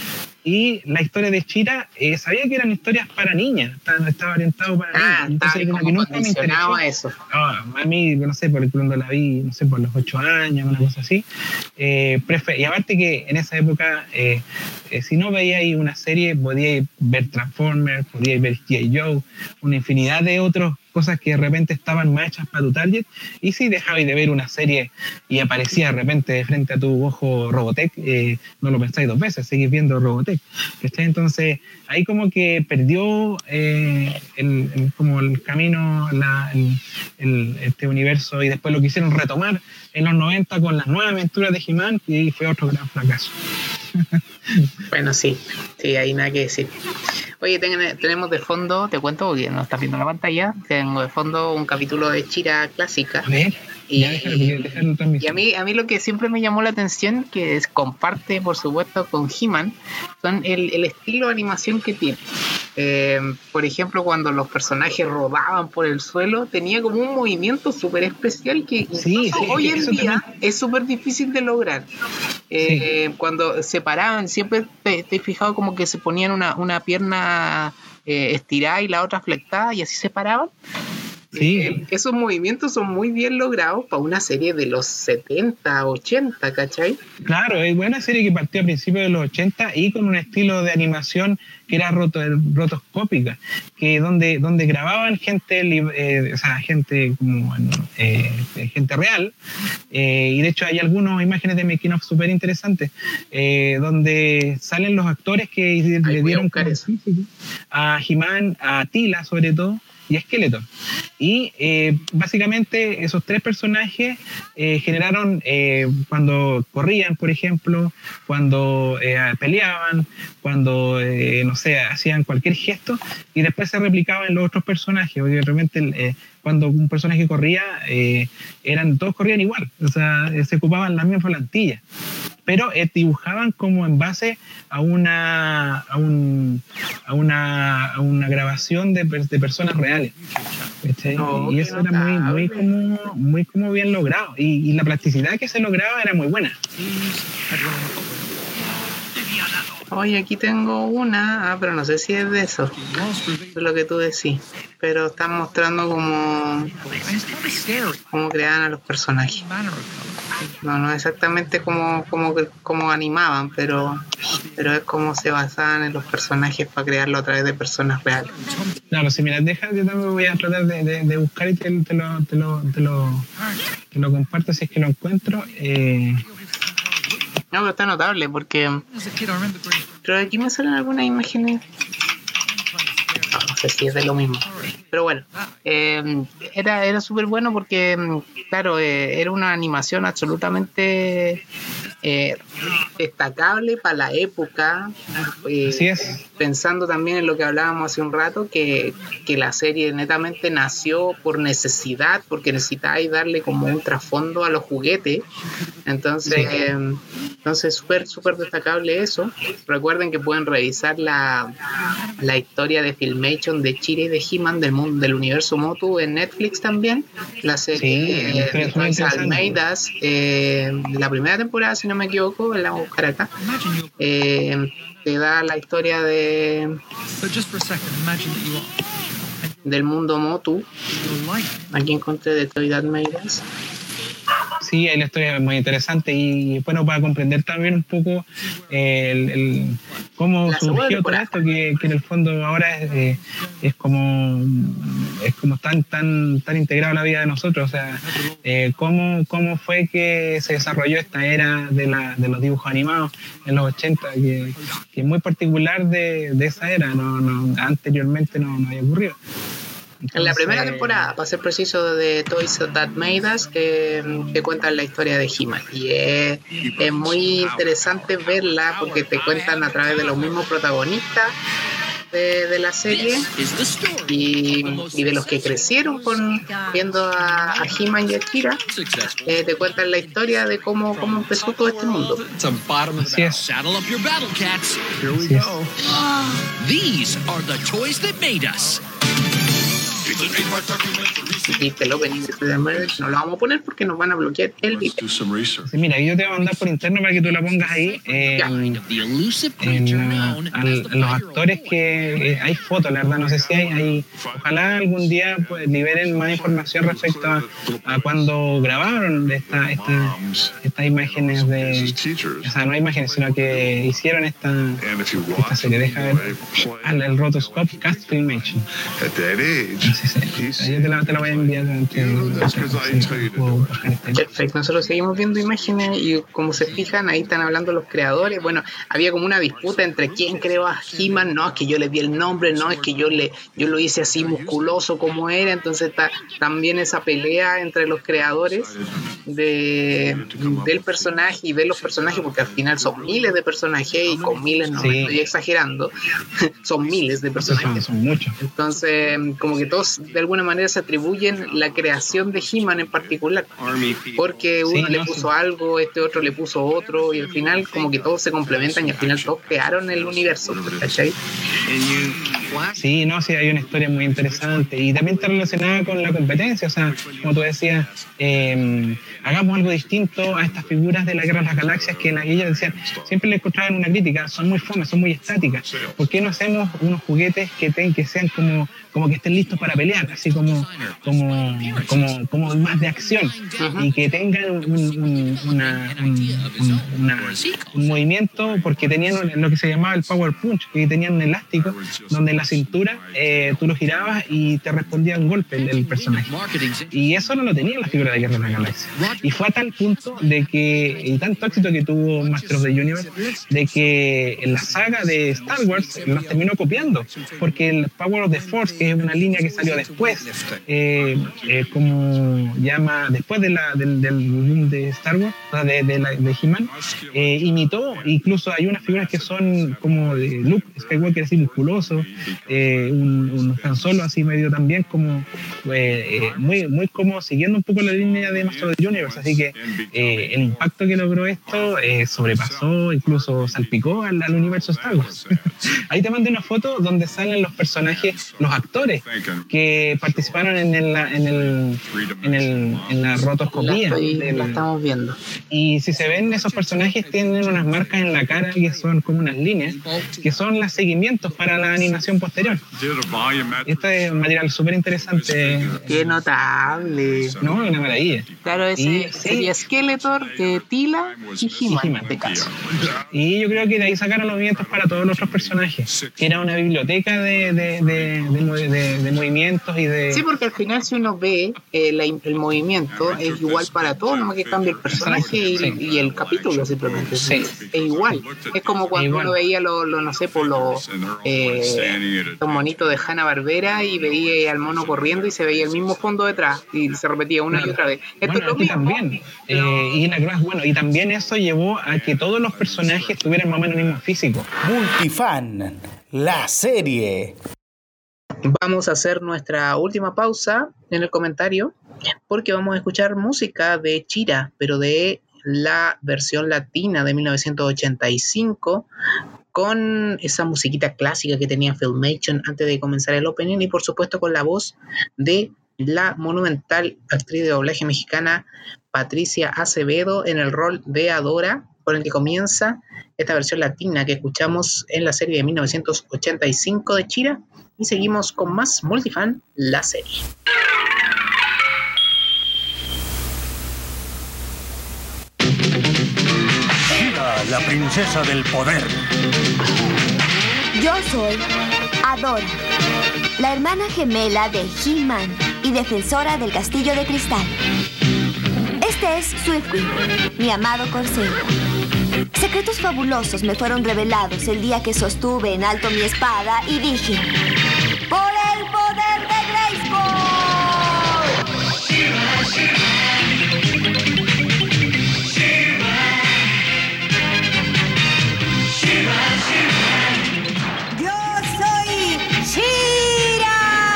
Y la historia de She-Ra, eh, sabía que eran historias para niñas, estaba, estaba orientado para Ah, niñas. está como como que nunca me condicionado interesó. a eso. No, a mí, no sé, por cuando la vi, no sé, por los ocho años, una cosa así. Eh, prefe- y aparte que en esa época, eh, eh, si no veíais una serie, podíais ver Transformers, podíais ver G I. Joe, una infinidad de otras cosas que de repente estaban más hechas para tu target. Y si dejabais de ver una serie y aparecía de repente de frente a tu ojo Robotech, eh, no lo pensáis dos veces, seguís viendo Robotech. ¿Cachai? Entonces, ahí como que perdió eh, el, el- como el camino, la, el, el- este universo, y después lo quisieron retomar en los noventa con las nuevas aventuras de He-Man, y fue otro gran fracaso. Bueno, sí, sí, hay nada que decir. Oye, ten- tenemos de fondo, te cuento porque no estás viendo la pantalla, tengo de fondo un capítulo de She-Ra clásica. A ver, Y, ya déjalo, déjalo y transmitir. a mí, a mí lo que siempre me llamó la atención, que es, comparte por supuesto con He-Man, son el, el estilo de animación que tiene. Eh, por ejemplo, cuando los personajes rodaban por el suelo, tenía como un movimiento súper especial que Sí, incluso sí, hoy es que en eso día también- es súper difícil de lograr. Eh, Cuando se paraban, siempre te, te he fijado como que se ponían una, una pierna eh, estirada y la otra flectada y así se paraban. Sí. Eh, esos movimientos son muy bien logrados para una serie de los setenta, ochenta, ¿cachai? Claro, es buena serie que partió a principios de los ochenta y con un estilo de animación que era roto, rotoscópica, que donde, donde grababan gente, li- eh, o sea, gente como bueno, eh, gente real, eh, y de hecho hay algunas imágenes de making of súper interesantes, eh, donde salen los actores que le voy a dieron buscar como eso. físico a He-Man, a Tila sobre todo, y a Skeletor. Y eh, básicamente esos tres personajes eh, generaron, eh, cuando corrían, por ejemplo, cuando eh, peleaban, cuando, eh, no sé, hacían cualquier gesto, y después se replicaba en los otros personajes, porque de repente eh, cuando un personaje corría, eh, eran, todos corrían igual, o sea, eh, se ocupaban las mismas plantillas, pero eh, dibujaban como en base a una a, un, a una a una grabación de, de personas reales, ¿cachai? Oh, Y qué eso era muy muy notable. como muy como bien logrado, y, y la plasticidad que se lograba era muy buena. Oye, aquí tengo una, ah, pero no sé si es de eso, de lo que tú decís, pero están mostrando como, cómo creaban a los personajes. No, no exactamente como, como, como animaban, pero, pero es como se basaban en los personajes para crearlo a través de personas reales. Claro, si me las dejas, yo también voy a tratar de, de, de buscar y te, te, lo, te, lo, te, lo, te lo comparto si es que lo encuentro. Eh, No, pero está notable porque pero aquí me salen algunas imágenes. No, no sé si es de lo mismo. Pero bueno, eh, era, era súper bueno porque, claro, eh, era una animación absolutamente eh, destacable para la época. eh, Así es. Pensando también en lo que hablábamos hace un rato, que, que la serie netamente nació por necesidad, porque necesitáis darle como un trasfondo a los juguetes. Entonces, Sí. eh, entonces súper, súper destacable eso. Recuerden que pueden revisar la, la historia de Filmation de She-Ra y de He-Man del mundo del universo Motu en Netflix también. La Sí, serie es eh, de muy Toys interesante. Almeidas, eh, la primera temporada, si no me equivoco, la voy a buscar acá. Eh, te da la historia de del mundo Motu. Aquí encontré de Toy Almeidas. Sí, la historia es muy interesante, y bueno, para comprender también un poco eh, el, el- cómo La segunda surgió todo temporada. esto, que, que en el fondo ahora es, eh, es como es como tan tan tan integrado a la vida de nosotros, o sea, eh, cómo, cómo fue que se desarrolló esta era de, la, de los dibujos animados en los ochenta, que, que es muy particular de, de esa era, no, no anteriormente no, no había ocurrido. En la primera Entonces, temporada, para ser preciso, de Toys That Made Us, que, que cuentan la historia de He-Man. Y es, es muy interesante verla porque te cuentan a través de los mismos protagonistas de, de la serie y, y de los que crecieron con viendo a, a He-Man y a She-Ra. Eh, te cuentan la historia de cómo, cómo empezó todo este mundo. Así es. Saddle up your battle cats. Here we Así es. go. These are the toys that made us. Viste el opening de Freedom Murders, no lo vamos a poner porque nos van a bloquear el video. Sí, mira, yo te voy a mandar por interno para que tú la pongas ahí. Eh, en, la- al- los actores que eh, hay fotos, la verdad, no sé si hay, hay ojalá algún día pues, liberen más información respecto a, a cuando grabaron esta, esta, estas imágenes de, o sea, no imágenes, sino que hicieron esta, esta serie. Deja ver al el Rotoscope Cast Filmation. Sí, sí. Yo te la, te la voy a enviar antes de- puedo bajar este. Perfecto, nosotros seguimos viendo imágenes y como se fijan, ahí están hablando los creadores. Bueno, había como una disputa entre quién creó a He-Man. No, es que yo le di el nombre, no, es que yo le yo lo hice así musculoso como era. Entonces está también esa pelea entre los creadores de, del personaje y de los personajes, porque al final son miles de personajes y con miles no me Sí. estoy exagerando, son miles de Son, personajes. son muchos. Entonces, como que todos de alguna manera se atribuyen la creación de He-Man en particular, porque uno Sí, le no, puso sí. algo, este otro le puso otro, y al final como que todos se complementan y al final todos crearon el universo, ¿cachai? Sí, no, sí, hay una historia muy interesante y también está relacionada con la competencia, o sea, como tú decías, eh, hagamos algo distinto a estas figuras de la Guerra de las Galaxias que la ellas decían, siempre le encontraban una crítica, son muy fomes, son muy estáticas, ¿por qué no hacemos unos juguetes que, ten, que sean como, como que estén listos para pelear, así como, como, como, como más de acción y que tengan un, un, una, un, un, una, un movimiento, porque tenían lo que se llamaba el Power Punch, que tenían un elástico donde en la cintura eh, tú lo girabas y te respondía un golpe el, el personaje. Y eso no lo tenía la figura de Guerra de la Galaxia. Y fue a tal punto de que, y tanto éxito que tuvo Master of the Universe, de que en la saga de Star Wars los terminó copiando, porque el Power of the Force, que es una línea que salió después, eh, eh, como llama, después de la, del, del boom de Star Wars, o sea, de, de, la, de He-Man, eh, imitó, incluso hay unas figuras que son como de Luke Skywalker así musculoso, eh, un, un Han Solo así medio también como eh, eh, muy, muy como siguiendo un poco la línea de Master of the Universe, así que eh, el impacto que logró esto eh, sobrepasó, incluso salpicó al, al universo Star Wars. Ahí te mandé una foto donde salen los personajes, los actores que participaron en el, en el, en el en la La, rotoscopía estoy- del- la estamos viendo. y si se ven, esos personajes tienen unas marcas en la cara que son como unas líneas, que son los seguimientos para la animación posterior. Este es un material súper interesante, Qué notable. ¿no? Una maravilla. Claro, ese Y- sería Skeletor, eh, Tila y He-Man en He-Man. este caso. Y yo creo que de ahí sacaron los movimientos para todos los otros personajes, que era una biblioteca de, de, de, de, mo- de- de movimientos y de... Sí, porque al final si uno ve eh, la- el movimiento es igual para todos, nomás que cambia el personaje y, Sí. y el capítulo simplemente. Sí. Es igual. Es como cuando Igual. uno veía los, lo, no sé, por los, eh, los monitos de Hanna-Barbera y veía al mono corriendo y se veía el mismo fondo detrás y se repetía una y otra vez. Esto Bueno, es lo aquí mismo. también. Eh, y la cruz, bueno, y también eso llevó a que todos los personajes tuvieran más o menos el mismo físico. Multifan, la serie. Vamos a hacer nuestra última pausa en el comentario porque vamos a escuchar música de Chira, pero de la versión latina de mil novecientos ochenta y cinco, con esa musiquita clásica que tenía Filmation antes de comenzar el opening y por supuesto con la voz de la monumental actriz de doblaje mexicana Patricia Acevedo en el rol de Adora, con el que comienza esta versión latina que escuchamos en la serie de mil novecientos ochenta y cinco de Chira. Y seguimos con más Multifan, la serie. Shira, la princesa del poder. Yo soy Adora, la hermana gemela de He-Man y defensora del castillo de cristal. Este es Swiftwing, mi amado corcel. Secretos fabulosos me fueron revelados el día que sostuve en alto mi espada y dije: ¡por el poder de Grayskull! ¡Yo soy Shira!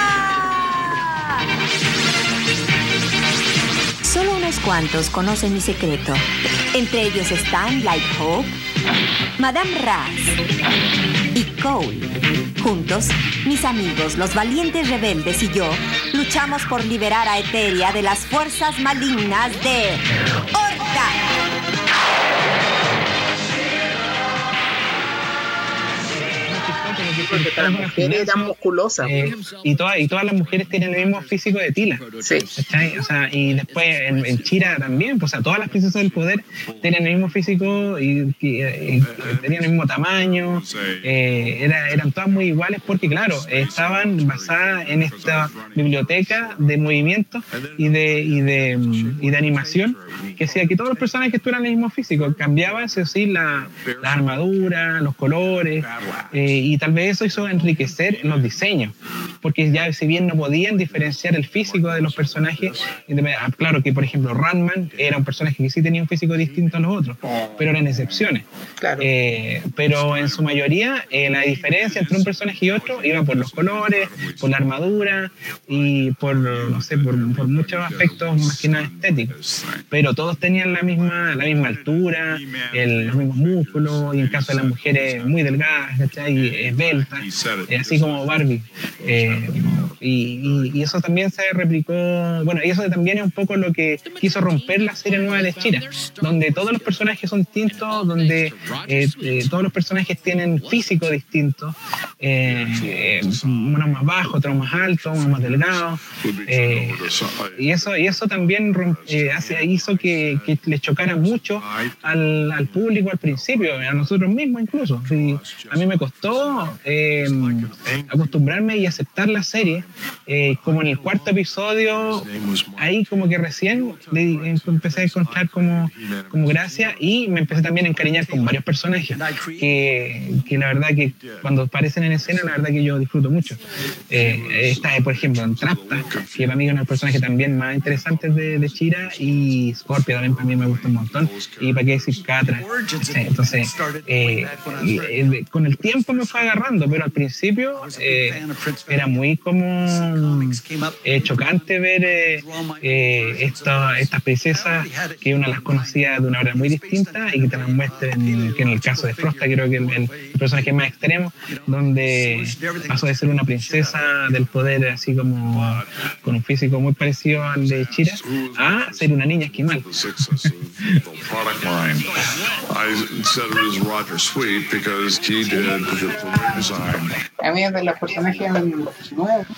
Solo unos cuantos conocen mi secreto. Entre ellos están Light Hope, Madame Raz y Cole, Juntos, mis amigos, los valientes rebeldes y yo, luchamos por liberar a Eteria de las fuerzas malignas de Horda. Porque las mujeres eran musculosas. Eh, y, todas, y todas las mujeres tienen el mismo físico de Tila. Sí. ¿Cachai? O sea, y después en, en Chira también, pues, o sea, todas las princesas del poder tienen el mismo físico y, y, y tenían el mismo tamaño. Eh, era, eran todas muy iguales porque, claro, estaban basadas en esta biblioteca de movimiento y de, y de, y de animación que hacía que todos los personajes tuvieran el mismo físico. Cambiaba, eso sí, la, la armadura, los colores, eh, y tal vez eso hizo enriquecer los diseños, porque ya si bien no podían diferenciar el físico de los personajes, claro que por ejemplo Ratman era un personaje que sí tenía un físico distinto a los otros, pero eran excepciones. Claro. Eh, pero en su mayoría eh, la diferencia entre un personaje y otro iba por los colores, por la armadura y por, no sé, por, por muchos aspectos más que nada estéticos, pero todos tenían la misma, la misma altura, el, los mismos músculos, y en caso de las mujeres muy delgadas, ¿cachai? Esbeltas, eh, así como Barbie. Eh, y, y, y eso también se replicó, bueno, y eso también es un poco lo que quiso romper la serie nueva de She-Ra, donde todos los personajes son distintos, donde eh, eh, todos los personajes tienen físico distinto, eh, eh, unos más bajos, otros más altos, unos más delgados, eh, y eso y eso también eh, hace, hizo que, que le chocara mucho al, al público al principio, a nosotros mismos incluso. Sí, a mí me costó eh, acostumbrarme y aceptar la serie, eh, como en el cuarto episodio, ahí como que recién le, empecé a encontrar como, como gracia, y me empecé también a encariñar con varios personajes que, que la verdad que cuando aparecen en escena, la verdad que yo disfruto mucho. Eh, esta por ejemplo en Trapta, que para mí es uno de los personajes también más interesantes de, de She-Ra, y Scorpio también para mí me gusta un montón, y para qué decir Catra. Entonces eh, eh, con el tiempo me fue agarrando, pero al principio eh, era muy como eh, chocante ver eh, eh, esta, estas princesas que uno las conocía de una manera muy distinta y que te las muestren, que en el caso de Frosta creo que el, el personaje más extremo, donde pasó de ser una princesa del poder así como con un físico muy parecido al de She-Ra a ser una niña esquimal. A mí es de los personajes nuevos.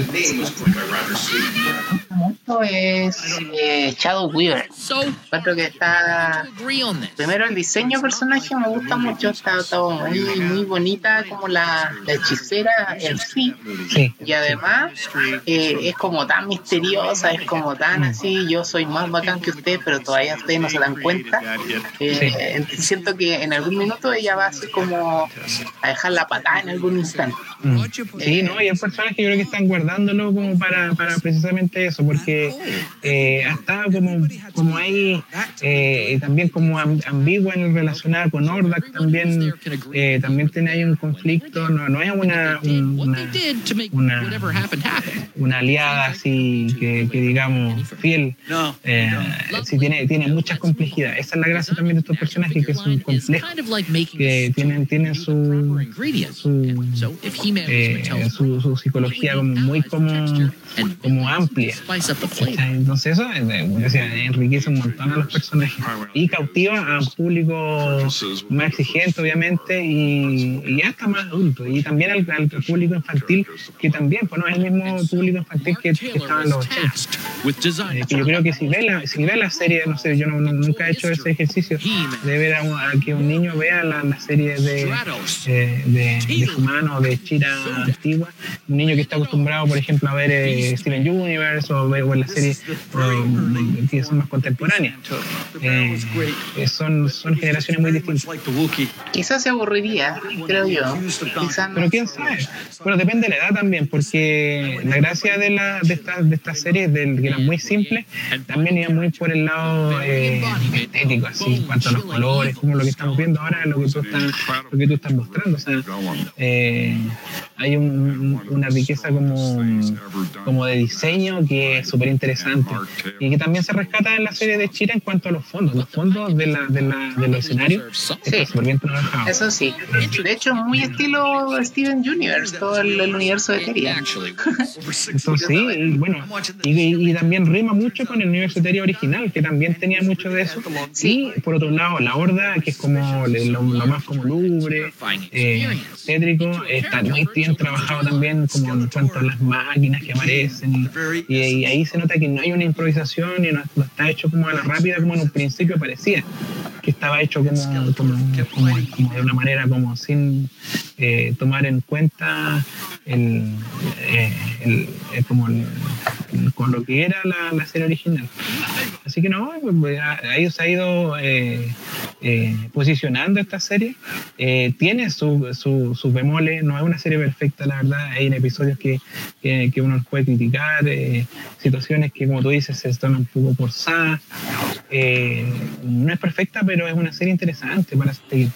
Esto es eh, Shadow Weaver. Creo que está. Primero, el diseño del personaje me gusta mucho. Está todo muy, muy bonita, como la, la hechicera en sí. Sí. Y además, eh, es como tan misteriosa, es como tan así. Yo soy más bacán que usted, pero todavía ustedes no se dan cuenta. Eh, sí. Siento que en algún minuto ella va así como a dejar la patada en algún instante. Mm. Sí, no, y el personaje yo creo que están guardándolo como para, para precisamente eso, porque eh, ha estado como, como ahí eh, también como ambigua en el relacionado con Hordak, también eh, también tiene ahí un conflicto, no, no es una una, una, una aliada así que, que digamos fiel, eh, sí tiene, tiene muchas complejidades. Esa es la gracia también de estos personajes, que son complejos, que tienen, tienen su su, eh, su, su psicología como muy como, como amplia. Entonces eso o sea, enriquece un montón a los personajes y cautiva a un público más exigente obviamente, y, y hasta más adulto, y también al, al público infantil, que también pues, no es el mismo público infantil que, que estaba en los ochenta, eh, que yo creo que si ve la, si ve la serie, no sé, yo no, no, nunca he hecho ese ejercicio de ver a, un, a que un niño vea la, la serie de eh, de, de He-Man o de She-Ra antigua, un niño que está acostumbrado por ejemplo a ver eh, Steven Universe o ver o la serie um, que son más contemporáneas, eh, son, son generaciones muy distintas. Quizás se aburriría, creo yo. Quizás no. Pero quién sabe. Bueno, depende de la edad también, porque la gracia de la de estas de estas series, de, que eran muy simples, también iba muy por el lado eh, estético, así, en cuanto a los colores, como lo que estamos viendo ahora, lo que tú estás, lo que tú estás mostrando. O sea, eh, hay un, una riqueza como, como como de diseño que es súper interesante y que también se rescata en la serie de She-Ra en cuanto a los fondos. Los fondos de, la, de, la, de los escenarios están súper bien trabajados. Eso sí. De hecho, es muy estilo Steven Universe, todo el, el universo de Teria. Entonces, sí, y bueno, y, y también rima mucho con el universo de Teria original, que también tenía mucho de eso. Y por otro lado, la Horda, que es como lo, lo más como lúgubre, eh, tétrico, está muy bien trabajado también como en cuanto a las máquinas que aparecen. Y, y ahí se nota que no hay una improvisación y no, no está hecho como a la rápida como en un principio parecía, que estaba hecho como, como, como, como de una manera como sin eh, tomar en cuenta el, eh, el, el, como el, el, con lo que era la, la serie original. Así que no, pues, ahí se ha ido eh, eh, posicionando esta serie. Eh, tiene sus su, su bemoles, no es una serie perfecta, la verdad. Hay episodios que, que, que uno puede criticar, eh, situaciones que, como tú dices, se están un poco forzadas. Eh, no es perfecta, pero es una serie interesante para seguir.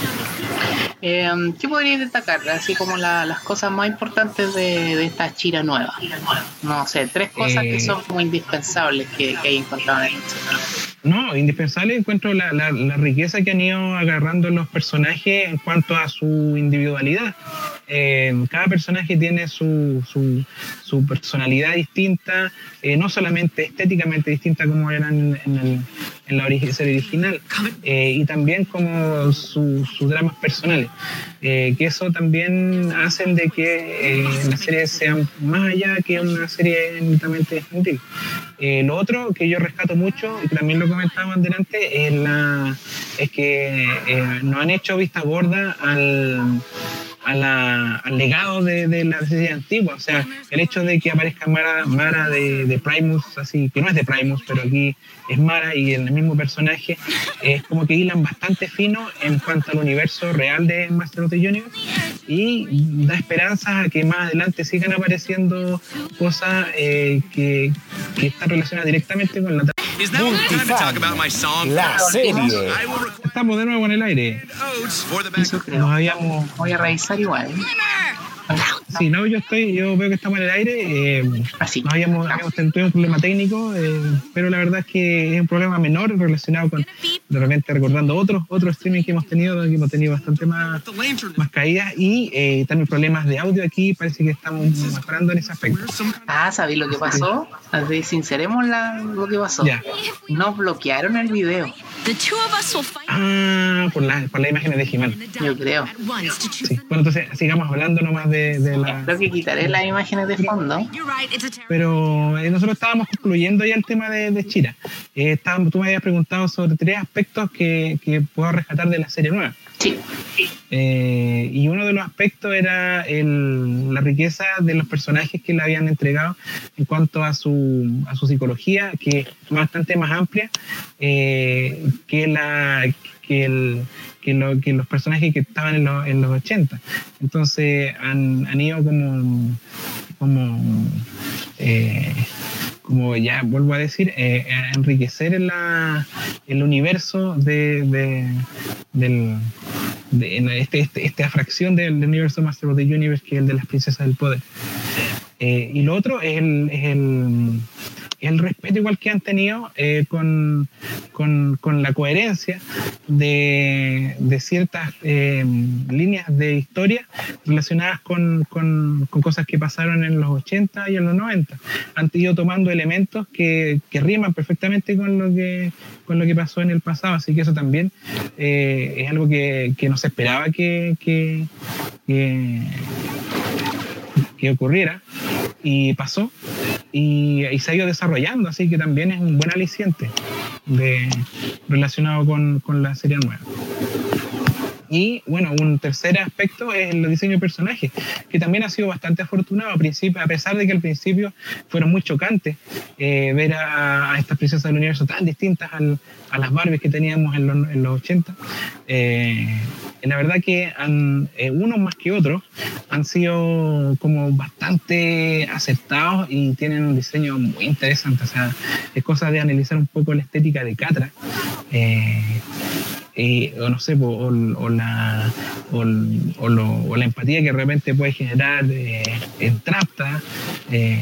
Eh, ¿Qué podrías destacar? Así como la, las cosas más importantes de, de esta She-Ra nueva. No sé, tres cosas eh, que son como indispensables que, que hay encontrado en el No, indispensable encuentro la, la, la riqueza que han ido agarrando los personajes en cuanto a su individualidad. Eh, cada personaje tiene su, su, su personalidad distinta, eh, no solamente estéticamente distinta como eran en, el, en la ori- serie original, eh, y también como su, sus dramas personales, eh, que eso también hacen de que eh, las series sean más allá que una serie netamente infantil. Eh, lo otro que yo rescato mucho, y también lo comentaban delante, es, la, es que eh, nos han hecho vista gorda al... A la, al legado de, de la serie antigua, o sea, el hecho de que aparezca Mara, Mara de, de Primus, así que no es de Primus, pero aquí es Mara y el mismo personaje, es como que hilan bastante fino en cuanto al universo real de Master of the Universe y da esperanza a que más adelante sigan apareciendo cosas eh, que, que están relacionadas directamente con la Multifan, la serie. Estamos de nuevo en el aire. Eso creo. Nos habíamos... Voy a revisar igual. Sí, no, yo estoy, yo veo que estamos en el aire. Eh, Así. Nos habíamos, habíamos tenido un problema técnico, eh, pero la verdad es que es un problema menor relacionado con, de repente recordando otros otros streaming que hemos tenido, que hemos tenido bastante más, más caídas y eh, también problemas de audio aquí. Parece que estamos mejorando en ese aspecto. Ah, ¿sabéis lo que pasó? Así, sinceremos la, lo que pasó. Ya. Nos bloquearon el video. Ah, por, la, por las imágenes de He-Man. Yo creo. Sí. Bueno, entonces sigamos hablando nomás de, de la... Creo que quitaré las imágenes de fondo. Pero eh, nosotros estábamos concluyendo ya el tema de, de She-Ra. Eh, estábamos, tú me habías preguntado sobre tres aspectos que, que puedo rescatar de la serie nueva. Sí. Eh, y uno de los aspectos era el, la riqueza de los personajes que le habían entregado en cuanto a su, a su psicología, que es bastante más amplia eh, que, la, que, el, que, lo, que los personajes que estaban en, lo, en los ochenta. Entonces han, han ido como... como eh, como ya vuelvo a decir, eh, a enriquecer el, la, el universo de, de, del, de este, este, esta fracción del, del universo Master of the Universe, que es el de las princesas del poder. Eh, y lo otro es el, es el, el respeto igual que han tenido eh, con, con, con la coherencia de, de ciertas eh, líneas de historia relacionadas con, con, con cosas que pasaron en los ochenta y en los noventa. Han ido tomando elementos que, que riman perfectamente con lo que, con lo que pasó en el pasado, así que eso también eh, es algo que, que no se esperaba que, que, que, que ocurriera. Y pasó y, y se ha ido desarrollando, así que también es un buen aliciente de, relacionado con, con la serie nueva. Y bueno, un tercer aspecto es el diseño de personajes, que también ha sido bastante afortunado a, principio, a pesar de que al principio fueron muy chocantes eh, ver a, a estas princesas del universo tan distintas al, a las Barbies que teníamos en los, en los ochenta. Eh, la verdad que han, eh, unos más que otros han sido como bastante acertados y tienen un diseño muy interesante. O sea, es cosa de analizar un poco la estética de Catra. Eh, Eh, o no sé, o, o, la, o, o, lo, o la empatía que de repente puede generar eh, en Trapta, temporada. Eh,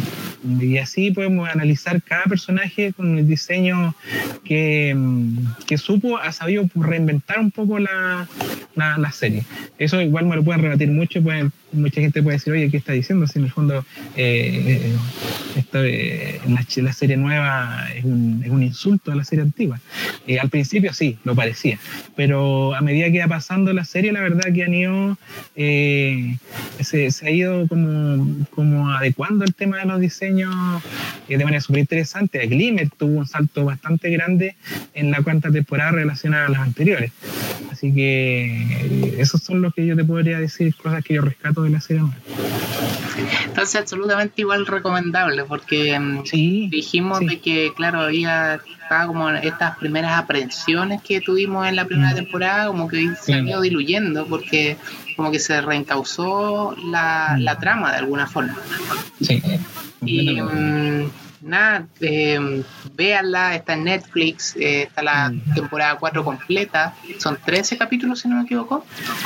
y así podemos analizar cada personaje con el diseño que, que supo, ha sabido reinventar un poco la, la, la serie. Eso igual me lo pueden rebatir mucho, pueden, mucha gente puede decir, oye, ¿qué está diciendo? Si en el fondo eh, esto, eh, la, la serie nueva es un, es un insulto a la serie antigua. Eh, al principio sí, lo parecía, pero a medida que va pasando la serie, la verdad que han ido, eh, se, se ha ido como, como adecuando el tema de los diseños eh, de manera súper interesante. Glimmer tuvo un salto bastante grande en la cuarta temporada relacionada a las anteriores. Así que eh, esos son los que yo te podría decir, cosas que yo rescato de la serie nueva. Entonces, absolutamente igual recomendable, porque sí, dijimos sí. de que, claro, había estaba como estas primeras aprensiones que tuvimos en la primera temporada, como que se han ido diluyendo, porque como que se reencauzó la, la trama de alguna forma. Sí. Y um, nada, eh, véanla, está en Netflix, eh, está la temporada cuatro completa, son trece capítulos si no me equivoco.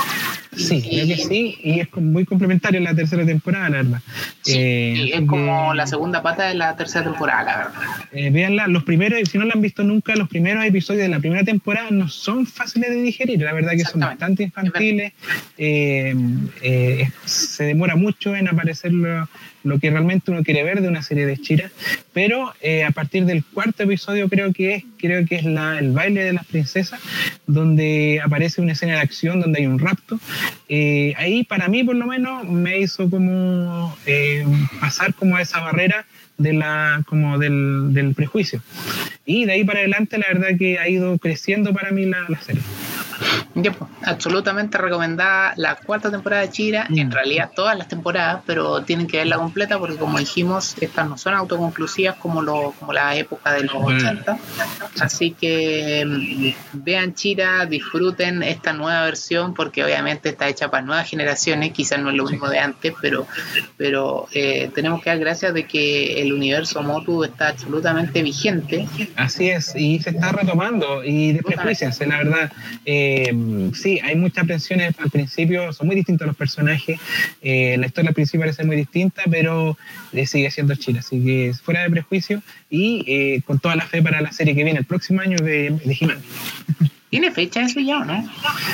Sí, creo que sí, y es muy complementario en la tercera temporada, la verdad. Sí, eh, sí, es como la segunda pata de la tercera temporada, la verdad. Eh, véanla, los primeros, si no la han visto nunca, los primeros episodios de la primera temporada no son fáciles de digerir, la verdad que son bastante infantiles, eh, eh, se demora mucho en aparecer lo, lo que realmente uno quiere ver de una serie de She-Ra, pero eh, a partir del cuarto episodio creo que es, creo que es la, el baile de las princesas, donde aparece una escena de acción donde hay un rapto. Eh, ahí para mí por lo menos me hizo como eh, pasar como a esa barrera de la, como del, del prejuicio, y de ahí para adelante la verdad que ha ido creciendo para mí la, la serie. Ya, pues, absolutamente recomendada la cuarta temporada de She-Ra, mm. en realidad todas las temporadas, pero tienen que verla completa porque como dijimos, estas no son autoconclusivas como, lo, como la época de los ochenta, así que mm, vean She-Ra, disfruten esta nueva versión porque obviamente está hecha para nuevas generaciones, quizás no es lo mismo de antes, pero, pero eh, tenemos que dar gracias de que el universo Motu está absolutamente vigente. Así es, y se está retomando y desprejuíciense, la verdad. Eh, sí, hay muchas aprensiones al principio, son muy distintos los personajes, eh, la historia al principio parece muy distinta, pero eh, sigue siendo She-Ra, así que fuera de prejuicio y eh, con toda la fe para la serie que viene el próximo año de, de He-Man. ¿Tiene fecha eso ya o no?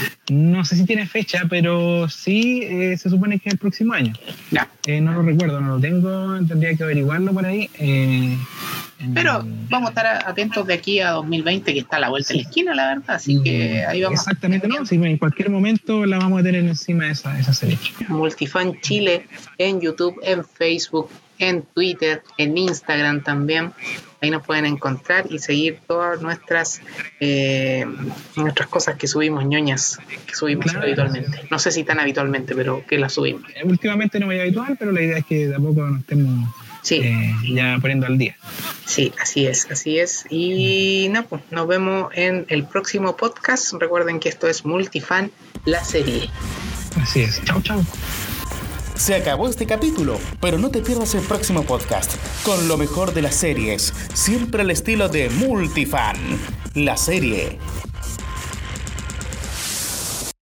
No sé si tiene fecha, pero sí eh, se supone que es el próximo año. Ya. Eh, no lo recuerdo, no lo tengo, tendría que averiguarlo por ahí. Eh, Pero vamos a estar atentos de aquí a dos mil veinte, que está a la vuelta sí. de la esquina, la verdad, así que ahí vamos. Exactamente, no, sí, en cualquier momento la vamos a tener encima de esa, esa serie. Multifan Chile en YouTube, en Facebook, en Twitter, en Instagram también. Ahí nos pueden encontrar y seguir todas nuestras eh, nuestras cosas que subimos, ñoñas, que subimos claro, habitualmente. No sé si tan habitualmente, pero que las subimos. Últimamente no muy habitual, pero la idea es que de a poco nos estemos sí. eh, ya poniendo al día. Sí, así es, así es. Y no, pues, nos vemos en el próximo podcast. Recuerden que esto es Multifan, la serie. Así es. Chau, chau. Se acabó este capítulo, pero no te pierdas el próximo podcast con lo mejor de las series, siempre al estilo de Multifan, la serie.